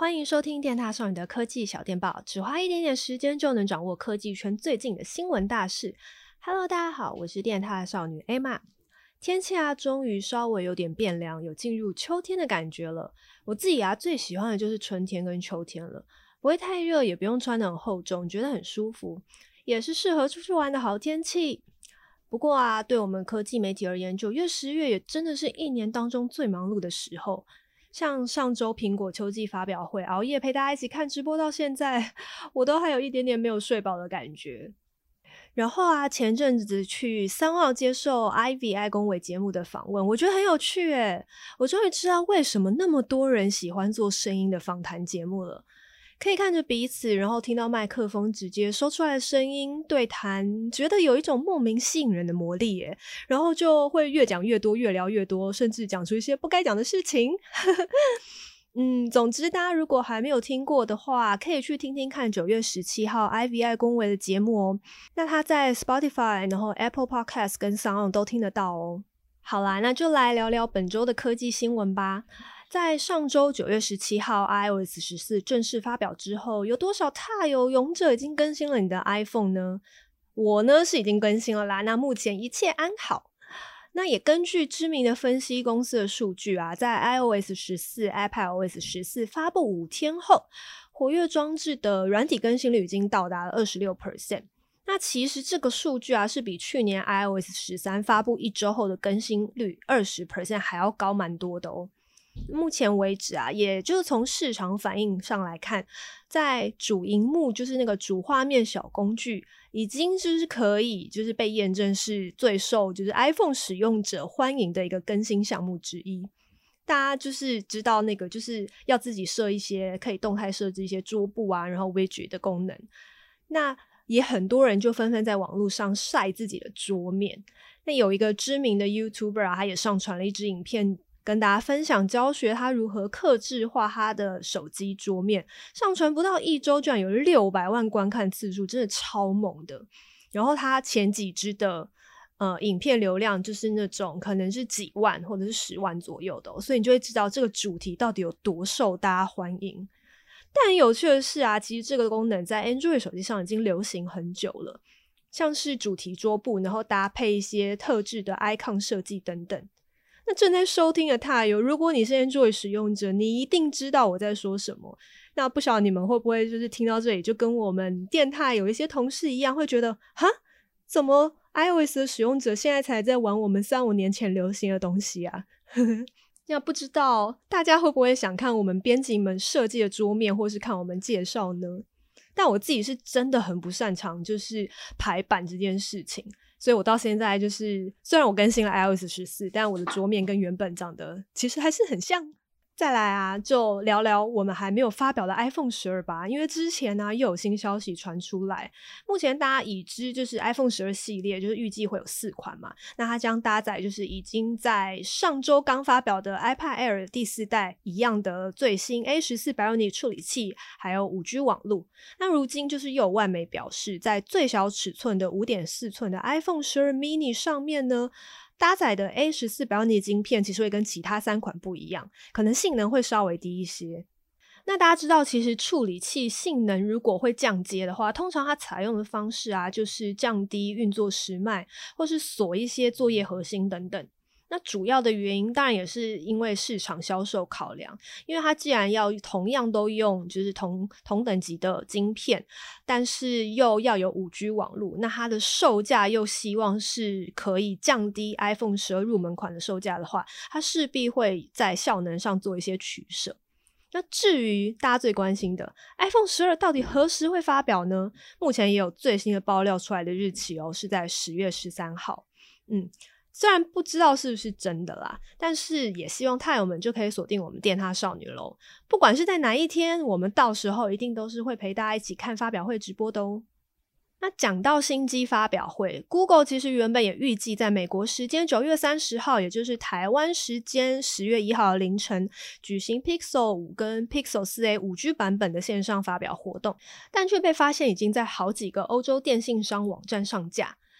欢迎收听电塔少女的科技小电报，只花一点点时间就能掌握科技圈最近的新闻大事。Hello， 大家好，我是电塔少女 Emma。天气终于稍微有点变凉，有进入秋天的感觉了。我自己最喜欢的就是春天跟秋天了，不会太热，也不用穿得很厚重，觉得很舒服，也是适合出去玩的好天气。不过对我们科技媒体而言，9月、10月也真的是一年当中最忙碌的时候。像上周苹果秋季发表会，熬夜陪大家一起看直播到现在，我都还有一点点没有睡饱的感觉。然后前阵子去三奥接受 Ivy 爱公伟节目的访问，我觉得很有趣耶。我终于知道为什么那么多人喜欢做声音的访谈节目了。可以看着彼此，然后听到麦克风直接说出来的声音对谈，觉得有一种莫名吸引人的魔力耶，然后就会越讲越多，越聊越多，甚至讲出一些不该讲的事情。总之大家如果还没有听过的话，可以去听听看9月17号 Ivy 爱公伟的节目哦。那他在 Spotify 然后 Apple Podcast 跟 SoundOn 都听得到哦。好啦，那就来聊聊本周的科技新闻吧。在上周9月17号 iOS 14正式发表之后，有多少踏友勇者已经更新了你的 iPhone 呢？我呢是已经更新了啦，那目前一切安好。那也根据知名的分析公司的数据在 iOS 14、iPadOS 14发布5天后，活跃装置的软体更新率已经到达了 26%。那其实这个数据是比去年 iOS 13发布1周后的更新率 20% 还要高蛮多的哦。目前为止也就是从市场反应上来看，在主萤幕就是那个主画面小工具已经就是可以就是被验证是最受就是 iPhone 使用者欢迎的一个更新项目之一。大家就是知道那个就是要自己设一些可以动态设置一些桌布然后 widget 的功能，那也很多人就纷纷在网络上晒自己的桌面。那有一个知名的 YouTuber他也上传了一支影片跟大家分享教学他如何客制化他的手机桌面，上传不到1周居然有600万观看次数，真的超猛的。然后他前几支的影片流量就是那种可能是几万或者是10万左右的所以你就会知道这个主题到底有多受大家欢迎。但很有趣的是其实这个功能在 Android 手机上已经流行很久了，像是主题桌布，然后搭配一些特制的 icon 设计等等。那正在收听的踏友，如果你是 Android 使用者，你一定知道我在说什么。那不晓得你们会不会就是听到这里就跟我们电踏有一些同事一样，会觉得怎么 iOS 的使用者现在才在玩我们3-5年前流行的东西那不知道大家会不会想看我们编辑们设计的桌面，或是看我们介绍呢？但我自己是真的很不擅长就是排版这件事情，所以我到现在就是虽然我更新了 iOS 14，但我的桌面跟原本长得其实还是很像。再来就聊聊我们还没有发表的 iPhone 12吧，因为之前又有新消息传出来，目前大家已知就是 iPhone 12系列就是预计会有4款嘛，那它将搭载就是已经在上周刚发表的 iPad Air 第4代一样的最新 A14 Bionic 处理器，还有 5G 网路。那如今就是又有外媒表示，在最小尺寸的 5.4 寸的 iPhone 12 mini 上面呢，搭载的 A14 Bionic 晶片其实会跟其他3款不一样，可能性能会稍微低一些。那大家知道其实处理器性能如果会降阶的话，通常它采用的方式就是降低运作时脉，或是锁一些作业核心等等。那主要的原因当然也是因为市场销售考量，因为它既然要同样都用就是同等级的晶片，但是又要有 5G 网路，那它的售价又希望是可以降低 iPhone 12入门款的售价的话，它势必会在效能上做一些取舍。那至于大家最关心的 iPhone 12到底何时会发表呢？目前也有最新的爆料出来的日期是在10月13号。虽然不知道是不是真的啦，但是也希望踏友们就可以锁定我们电塔少女咯，不管是在哪一天，我们到时候一定都是会陪大家一起看发表会直播的哦。那讲到新机发表会， Google 其实原本也预计在美国时间9月30号，也就是台湾时间10月1号的凌晨举行 Pixel 5跟 Pixel 4a 5G 版本的线上发表活动，但却被发现已经在好几个欧洲电信商网站上架。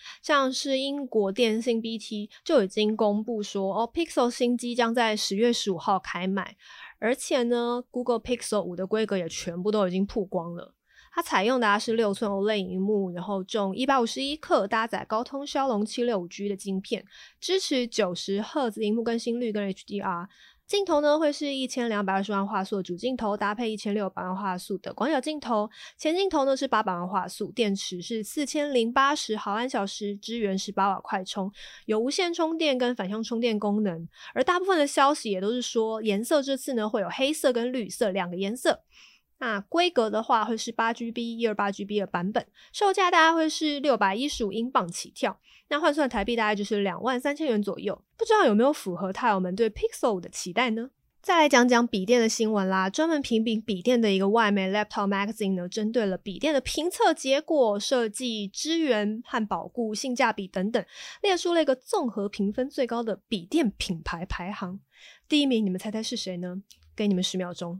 像是英国电信 BT 就已经公布说Pixel 新机将在10月15号开卖，而且呢 Google Pixel 5的规格也全部都已经曝光了。它采用的是6寸 OLED 萤幕，然后重151克，搭载高通骁龙 765G 的晶片，支持90Hz 萤幕更新率跟 HDR。镜头呢会是1220万画素的主镜头，搭配1600万画素的广角镜头，前镜头呢是800万画素，电池是4080毫安小时，支援18瓦快充，有无线充电跟反向充电功能。而大部分的消息也都是说，颜色这次呢会有黑色跟绿色两个颜色。那规格的话会是 8GB、128GB 的版本，售价大概会是615英镑起跳，那换算台币大概就是23000元左右，不知道有没有符合太友们对 Pixel 5的期待呢？再来讲讲笔电的新闻啦，专门评比笔电的一个外媒 Laptop Magazine 呢，针对了笔电的评测结果、设计、支援和保固、性价比等等，列出了一个综合评分最高的笔电品牌排行。第一名你们猜猜是谁呢？给你们10秒钟。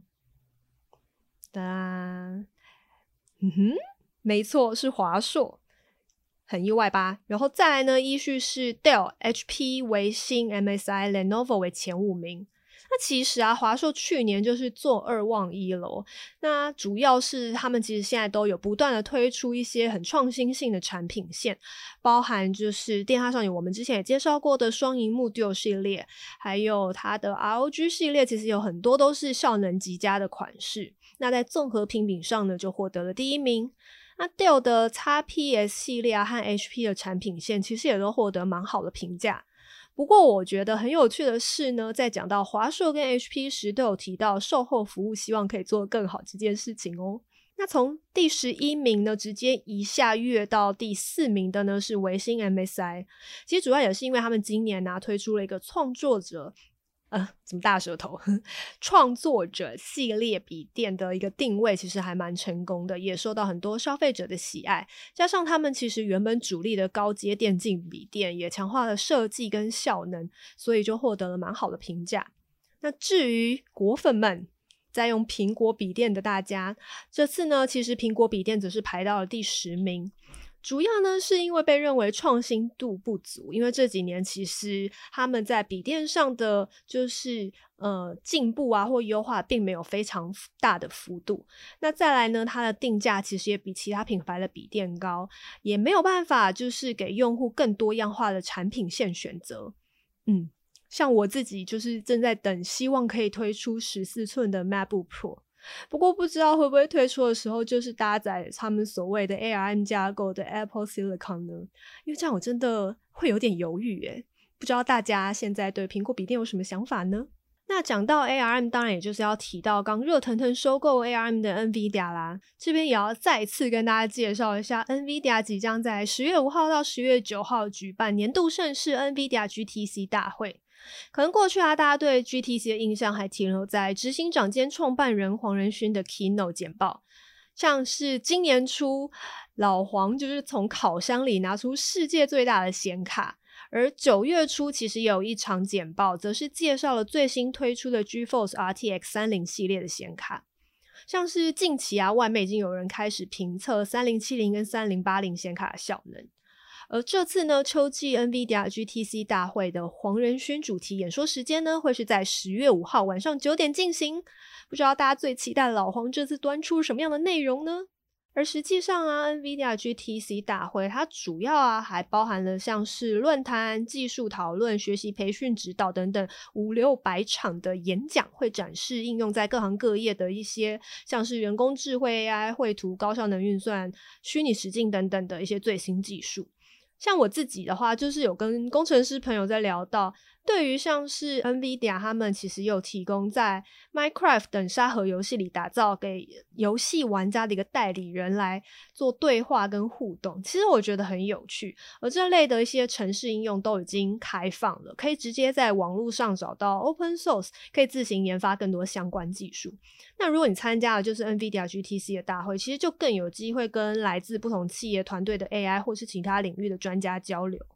没错，是华硕，很意外吧？然后再来呢，依序是 Dell、HP、微星、MSI、Lenovo 为前5名。那其实华硕去年就是坐2望1了。那主要是他们其实现在都有不断的推出一些很创新性的产品线，包含就是电哈少女我们之前也介绍过的双萤幕 Duo 系列，还有它的 ROG 系列，其实有很多都是效能极佳的款式。那在综合评比上呢，就获得了第1名。那 Dell 的 XPS 系列和 HP 的产品线其实也都获得蛮好的评价。不过我觉得很有趣的是呢，在讲到华硕跟 HP 时都有提到售后服务希望可以做得更好这件事情哦。那从第11名呢直接一下跃到第4名的呢是微星 MSI， 其实主要也是因为他们今年推出了一个创作者怎么大舌头创作者系列笔电的一个定位其实还蛮成功的，也受到很多消费者的喜爱，加上他们其实原本主力的高阶电竞笔电也强化了设计跟效能，所以就获得了蛮好的评价。那至于果粉们在用苹果笔电的大家，这次呢其实苹果笔电则是排到了第10名，主要呢是因为被认为创新度不足，因为这几年其实他们在笔电上的就是进步或优化并没有非常大的幅度。那再来呢，它的定价其实也比其他品牌的笔电高，也没有办法就是给用户更多样化的产品线选择。像我自己就是正在等，希望可以推出14寸的 MacBook Pro，不过不知道会不会推出的时候就是搭载他们所谓的 ARM 架构的 Apple Silicon 呢？因为这样我真的会有点犹豫耶，不知道大家现在对苹果笔电有什么想法呢？那讲到 ARM 当然也就是要提到刚热腾腾收购 ARM 的 NVIDIA 啦，这边也要再次跟大家介绍一下 NVIDIA 即将在10月5号到10月9号举办年度盛事 NVIDIA GTC 大会。可能过去大家对 GTC 的印象还停留在执行长兼创办人黄仁勋的 Keynote 简报，像是今年初老黄就是从烤箱里拿出世界最大的显卡，而9月初其实也有一场简报，则是介绍了最新推出的 GeForce RTX 30系列的显卡。像是近期外面已经有人开始评测3070跟3080显卡的效能。而这次呢，秋季 NVIDIA GTC 大会的黄仁勋主题演说时间呢，会是在10月5号晚上9点进行。不知道大家最期待老黄这次端出什么样的内容呢？而实际上NVIDIA GTC 大会它主要还包含了像是论坛、技术讨论、学习培训指导等等500-600场的演讲，会展示应用在各行各业的一些像是人工智慧 AI、绘图、高效能运算、虚拟实境等等的一些最新技术。像我自己的话，就是有跟工程师朋友在聊到，对于像是 NVIDIA 他们其实有提供在 Minecraft 等沙盒游戏里打造给游戏玩家的一个代理人来做对话跟互动，其实我觉得很有趣。而这类的一些程式应用都已经开放了，可以直接在网络上找到 Open Source， 可以自行研发更多相关技术。那如果你参加的就是 NVIDIA GTC 的大会，其实就更有机会跟来自不同企业团队的 AI 或是其他领域的专家交流。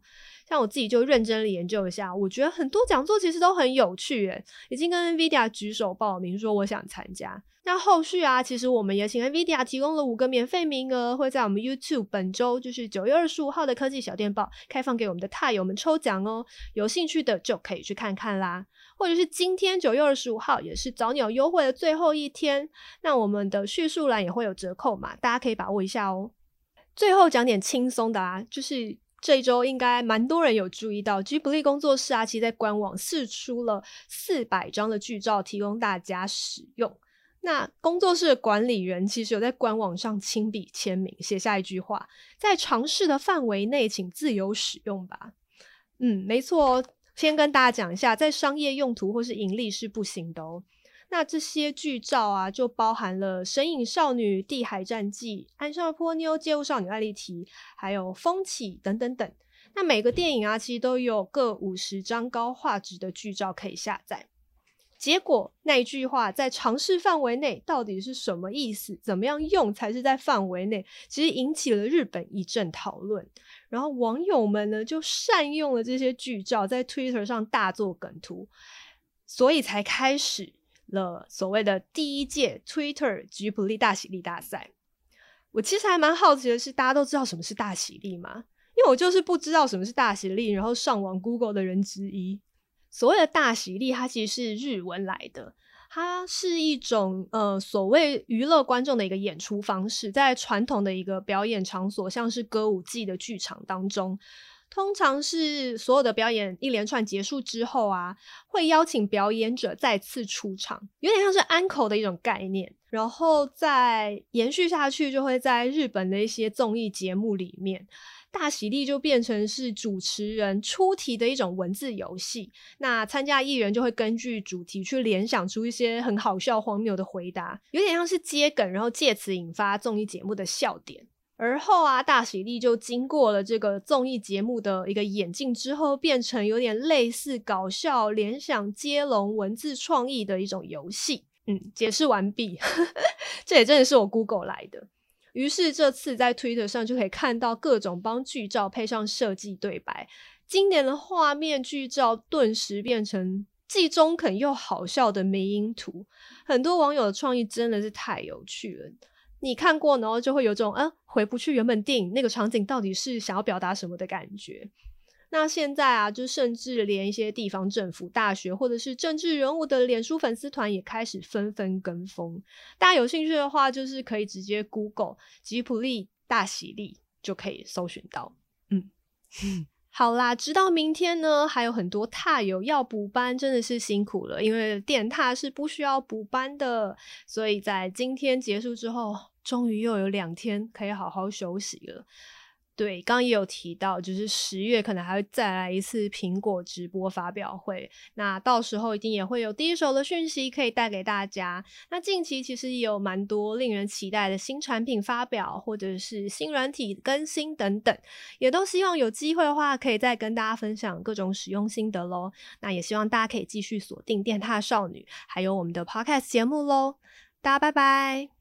像我自己就认真地研究一下，我觉得很多讲座其实都很有趣耶，已经跟 NVIDIA 举手报名说我想参加。那后续啊，其实我们也请 NVIDIA 提供了5个免费名额，会在我们 YouTube 本周就是9月25号的科技小电报开放给我们的踏友们抽奖哦，有兴趣的就可以去看看啦。或者是今天9月25号也是早鸟优惠的最后一天，那我们的叙述栏也会有折扣码，大家可以把握一下哦。最后讲点轻松的啊，就是这一周应该蛮多人有注意到 Ghibli 工作室啊，其实在官网释出了400张的剧照提供大家使用。那工作室的管理人其实有在官网上亲笔签名，写下一句话，在尝试的范围内请自由使用吧。没错哦，先跟大家讲一下，在商业用途或是盈利是不行的哦。那这些剧照啊，就包含了《神隐少女》、《地海战记》、《岸上波妞》、《街舞少女艾丽缇》，还有《风起》等等等。那每个电影啊，其实都有各50张高画质的剧照可以下载。结果那一句话在尝试范围内到底是什么意思？怎么样用才是在范围内？其实引起了日本一阵讨论。然后网友们呢就善用了这些剧照，在 Twitter 上大做梗图，所以才开始了所谓的第1届 Twitter 吉卜力大喜利大赛。我其实还蛮好奇的是，大家都知道什么是大喜利吗？因为我就是不知道什么是大喜利，然后上网 Google 的人之一。所谓的大喜利它其实是日文来的，它是一种所谓娱乐观众的一个演出方式，在传统的一个表演场所，像是歌舞伎的剧场当中，通常是所有的表演一连串结束之后啊，会邀请表演者再次出场，有点像是安可的一种概念，然后再延续下去，就会在日本的一些综艺节目里面，大喜利就变成是主持人出题的一种文字游戏，那参加艺人就会根据主题去联想出一些很好笑荒谬的回答，有点像是接梗，然后借此引发综艺节目的笑点。而后啊，大喜利就经过了这个综艺节目的一个演进之后，变成有点类似搞笑联想接龙文字创意的一种游戏。解释完毕这也真的是我 Google 来的。于是这次在 Twitter 上就可以看到各种帮剧照配上设计对白，经典的画面剧照顿时变成既中肯又好笑的迷因图，很多网友的创意真的是太有趣了。你看过然后就会有种回不去原本电影那个场景到底是想要表达什么的感觉。那现在啊，就甚至连一些地方政府、大学或者是政治人物的脸书粉丝团也开始纷纷跟风。大家有兴趣的话，就是可以直接 Google 吉卜力大喜利就可以搜寻到。好啦，直到明天呢，还有很多踏友要补班，真的是辛苦了，因为电踏是不需要补班的，所以在今天结束之后，终于又有2天可以好好休息了。对，刚刚也有提到，就是10月可能还会再来一次苹果直播发表会，那到时候一定也会有第一手的讯息可以带给大家。那近期其实也有蛮多令人期待的新产品发表，或者是新软体更新等等，也都希望有机会的话可以再跟大家分享各种使用心得咯。那也希望大家可以继续锁定电踏少女还有我们的 Podcast 节目咯。大家拜拜。